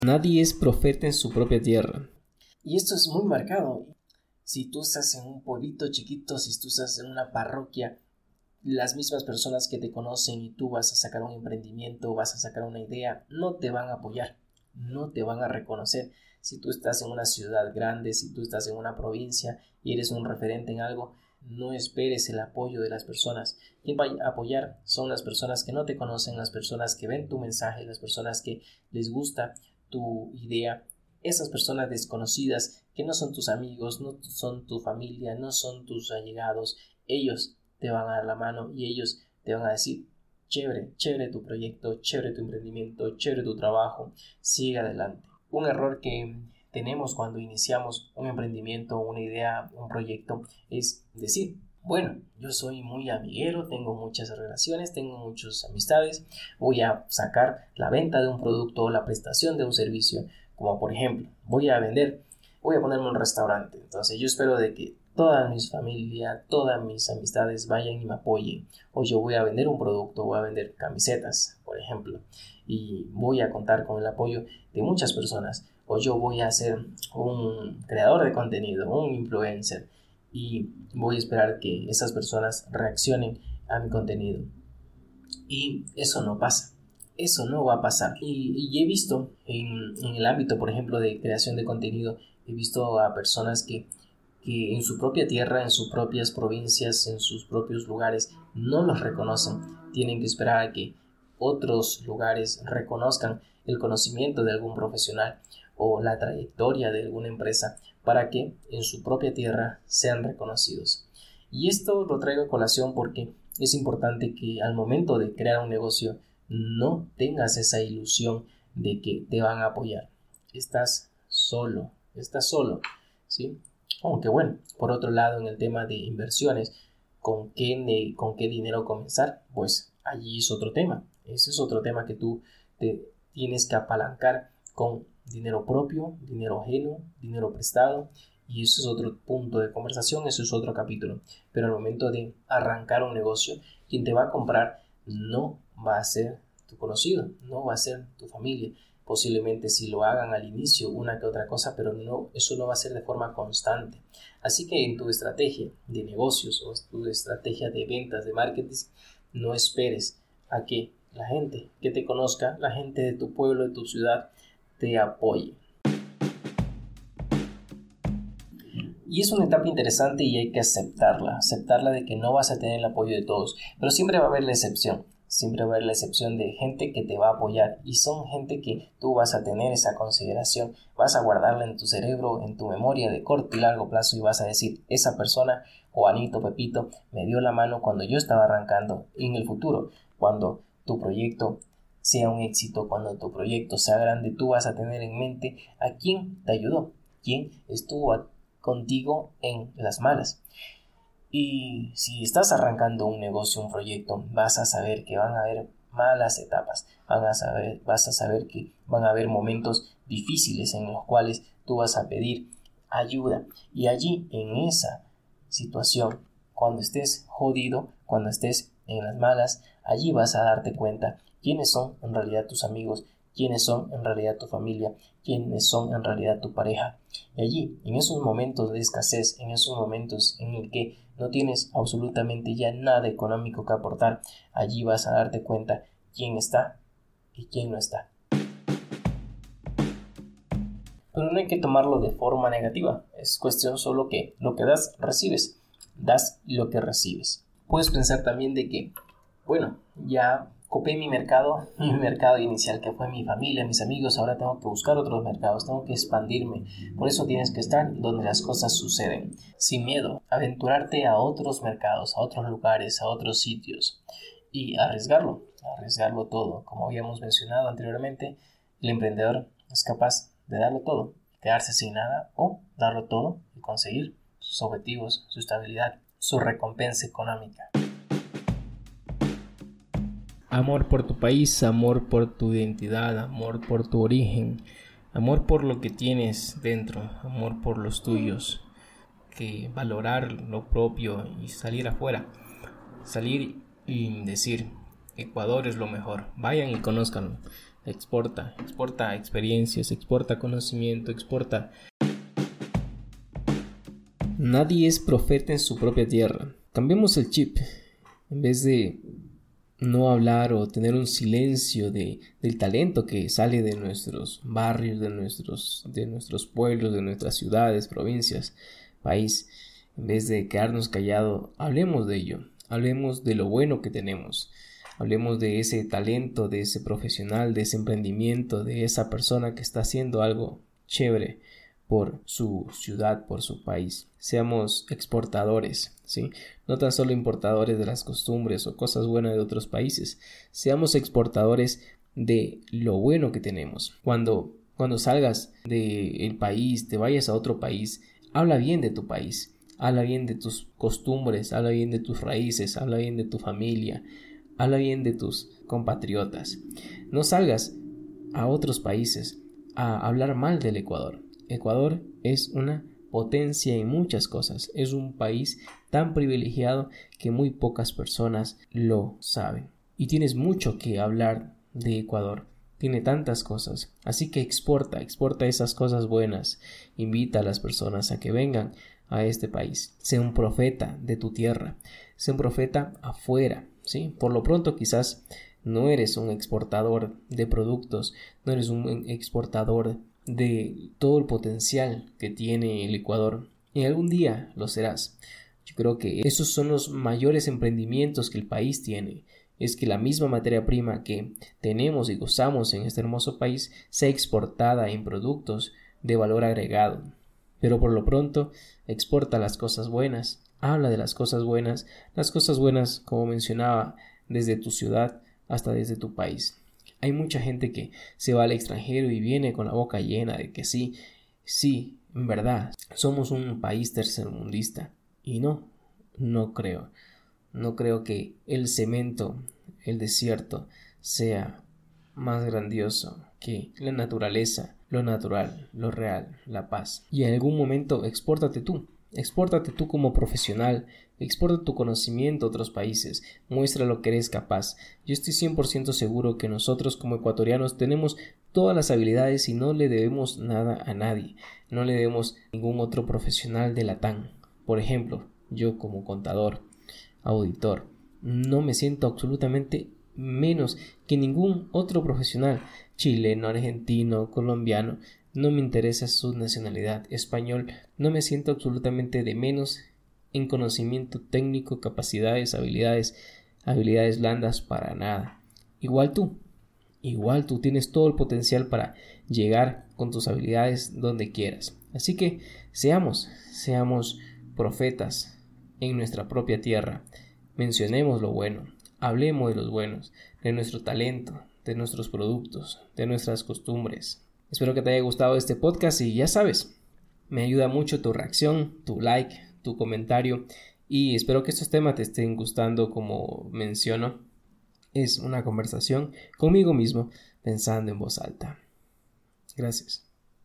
Nadie es profeta en su propia tierra. Y esto es muy marcado. Si tú estás en un pueblito chiquito, si tú estás en una parroquia, las mismas personas que te conocen y tú vas a sacar un emprendimiento, vas a sacar una idea, no te van a apoyar, no te van a reconocer. Si tú estás en una ciudad grande, si tú estás en una provincia y eres un referente en algo, no esperes el apoyo de las personas. Quien va a apoyar son las personas que no te conocen, las personas que ven tu mensaje, las personas que les gusta tu idea. Esas personas desconocidas que no son tus amigos, no son tu familia, no son tus allegados, ellos te van a dar la mano y ellos te van a decir: chévere, chévere tu proyecto, chévere tu emprendimiento, chévere tu trabajo, sigue adelante. Un error que tenemos cuando iniciamos un emprendimiento, una idea, un proyecto, es decir: bueno, yo soy muy amiguero, tengo muchas relaciones, tengo muchas amistades, voy a sacar la venta de un producto o la prestación de un servicio, como por ejemplo, voy a ponerme un restaurante, entonces yo espero de que toda mi familia, todas mis amistades vayan y me apoyen, o yo voy a vender un producto, voy a vender camisetas, por ejemplo, y voy a contar con el apoyo de muchas personas, o yo voy a ser un creador de contenido, un influencer, y voy a esperar que esas personas reaccionen a mi contenido. Y eso no pasa, eso no va a pasar. Y he visto en el ámbito, por ejemplo, de creación de contenido, he visto a personas que en su propia tierra, en sus propias provincias, en sus propios lugares, no los reconocen. Tienen que esperar a que otros lugares reconozcan el conocimiento de algún profesional o la trayectoria de alguna empresa para que en su propia tierra sean reconocidos. Y esto lo traigo a colación porque es importante que al momento de crear un negocio no tengas esa ilusión de que te van a apoyar. Estás solo, ¿sí? Aunque bueno, por otro lado, en el tema de inversiones, ¿con qué dinero comenzar? Pues allí es otro tema. Ese es otro tema que tú te tienes que apalancar con dinero propio, dinero ajeno, dinero prestado. Y eso es otro punto de conversación, eso es otro capítulo. Pero al momento de arrancar un negocio, quien te va a comprar no va a ser tu conocido, no va a ser tu familia. Posiblemente si lo hagan al inicio una que otra cosa, pero no, eso no va a ser de forma constante. Así que en tu estrategia de negocios o tu estrategia de ventas, de marketing, no esperes a que la gente que te conozca, la gente de tu pueblo, de tu ciudad, te apoye. Y es una etapa interesante y hay que aceptarla de que no vas a tener el apoyo de todos, pero siempre va a haber la excepción. Siempre va a haber la excepción de gente que te va a apoyar y son gente que tú vas a tener esa consideración, vas a guardarla en tu cerebro, en tu memoria de corto y largo plazo y vas a decir: esa persona, Juanito, Pepito, me dio la mano cuando yo estaba arrancando. Y en el futuro, cuando tu proyecto sea un éxito, cuando tu proyecto sea grande, tú vas a tener en mente a quién te ayudó, quién estuvo contigo en las malas. Y si estás arrancando un negocio, un proyecto, vas a saber que van a haber malas etapas, vas a saber que van a haber momentos difíciles en los cuales tú vas a pedir ayuda. Y allí, en esa situación, cuando estés jodido, cuando estés en las malas, allí vas a darte cuenta quiénes son en realidad tus amigos, quiénes son en realidad tu familia, quiénes son en realidad tu pareja. Y allí, en esos momentos de escasez, en esos momentos en el que no tienes absolutamente ya nada económico que aportar, allí vas a darte cuenta quién está y quién no está. Pero no hay que tomarlo de forma negativa, es cuestión solo que lo que das lo que recibes. Puedes pensar también de que, bueno, ya copé mi mercado inicial, que fue mi familia, mis amigos, ahora tengo que buscar otros mercados, tengo que expandirme. Por eso tienes que estar donde las cosas suceden, sin miedo, aventurarte a otros mercados, a otros lugares, a otros sitios y arriesgarlo todo. Como habíamos mencionado anteriormente, el emprendedor es capaz de darlo todo, quedarse sin nada o darlo todo y conseguir sus objetivos, su estabilidad, su recompensa económica. Amor por tu país, amor por tu identidad, amor por tu origen, amor por lo que tienes dentro, amor por los tuyos, que valorar lo propio y salir afuera, salir y decir: Ecuador es lo mejor, vayan y conózcanlo. exporta experiencias, exporta conocimiento, exporta. Nadie es profeta en su propia tierra. Cambiemos el chip. En vez de no hablar o tener un silencio del talento que sale de nuestros barrios, de nuestros pueblos, de nuestras ciudades, provincias, país, en vez de quedarnos callados, hablemos de ello, hablemos de lo bueno que tenemos, hablemos de ese talento, de ese profesional, de ese emprendimiento, de esa persona que está haciendo algo chévere por su ciudad, por su país. Seamos exportadores, ¿sí? No tan solo importadores de las costumbres o cosas buenas de otros países. Seamos exportadores de lo bueno que tenemos. Cuando salgas del país, te vayas a otro país, habla bien de tu país, habla bien de tus costumbres, habla bien de tus raíces, habla bien de tu familia, habla bien de tus compatriotas. No salgas a otros países a hablar mal del Ecuador. Ecuador es una potencia en muchas cosas. Es un país tan privilegiado que muy pocas personas lo saben. Y tienes mucho que hablar de Ecuador. Tiene tantas cosas. Así que exporta esas cosas buenas. Invita a las personas a que vengan a este país. Sé un profeta de tu tierra. Sé un profeta afuera, ¿sí? Por lo pronto quizás no eres un exportador de productos. No eres un exportador de todo el potencial que tiene el Ecuador. Y algún día lo serás. Yo creo que esos son los mayores emprendimientos que el país tiene. Es que la misma materia prima que tenemos y gozamos en este hermoso país sea exportada en productos de valor agregado. Pero por lo pronto, exporta las cosas buenas, habla de las cosas buenas, como mencionaba, desde tu ciudad hasta desde tu país. Hay mucha gente que se va al extranjero y viene con la boca llena de que sí, en verdad, somos un país tercermundista. Y no creo. No creo que el cemento, el desierto, sea más grandioso que la naturaleza, lo natural, lo real, la paz. Y en algún momento expórtate tú como profesional, exporta tu conocimiento a otros países, muestra lo que eres capaz. Yo estoy 100% seguro que nosotros como ecuatorianos tenemos todas las habilidades y no le debemos nada a nadie, no le debemos ningún otro profesional de la TAM. Por ejemplo, yo como contador, auditor, no me siento absolutamente menos que ningún otro profesional, chileno, argentino, colombiano. No me interesa su nacionalidad, español, no me siento absolutamente de menos en conocimiento técnico, capacidades, habilidades blandas, para nada. Igual tú tienes todo el potencial para llegar con tus habilidades donde quieras. Así que seamos profetas en nuestra propia tierra. Mencionemos lo bueno, hablemos de los buenos, de nuestro talento, de nuestros productos, de nuestras costumbres. Espero que te haya gustado este podcast y ya sabes, me ayuda mucho tu reacción, tu like, tu comentario y espero que estos temas te estén gustando. Como menciono, es una conversación conmigo mismo pensando en voz alta. Gracias.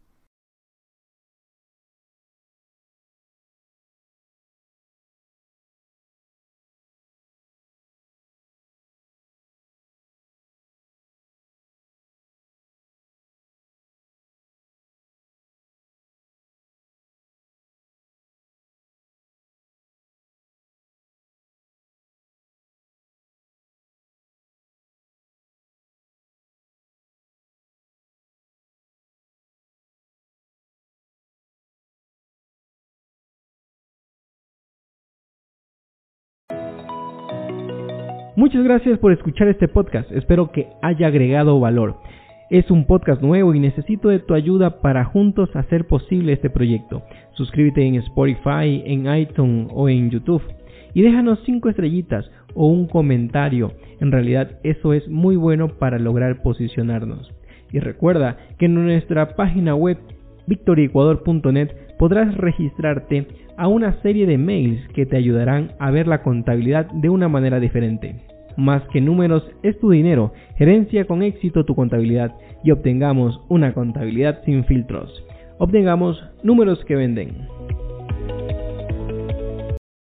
Muchas gracias por escuchar este podcast, espero que haya agregado valor. Es un podcast nuevo y necesito de tu ayuda para juntos hacer posible este proyecto. Suscríbete en Spotify, en iTunes o en YouTube y déjanos 5 estrellitas o un comentario. En realidad eso es muy bueno para lograr posicionarnos. Y recuerda que en nuestra página web victoriecuador.net podrás registrarte a una serie de mails que te ayudarán a ver la contabilidad de una manera diferente. Más que números es tu dinero, gerencia con éxito tu contabilidad y obtengamos una contabilidad sin filtros. Obtengamos números que venden.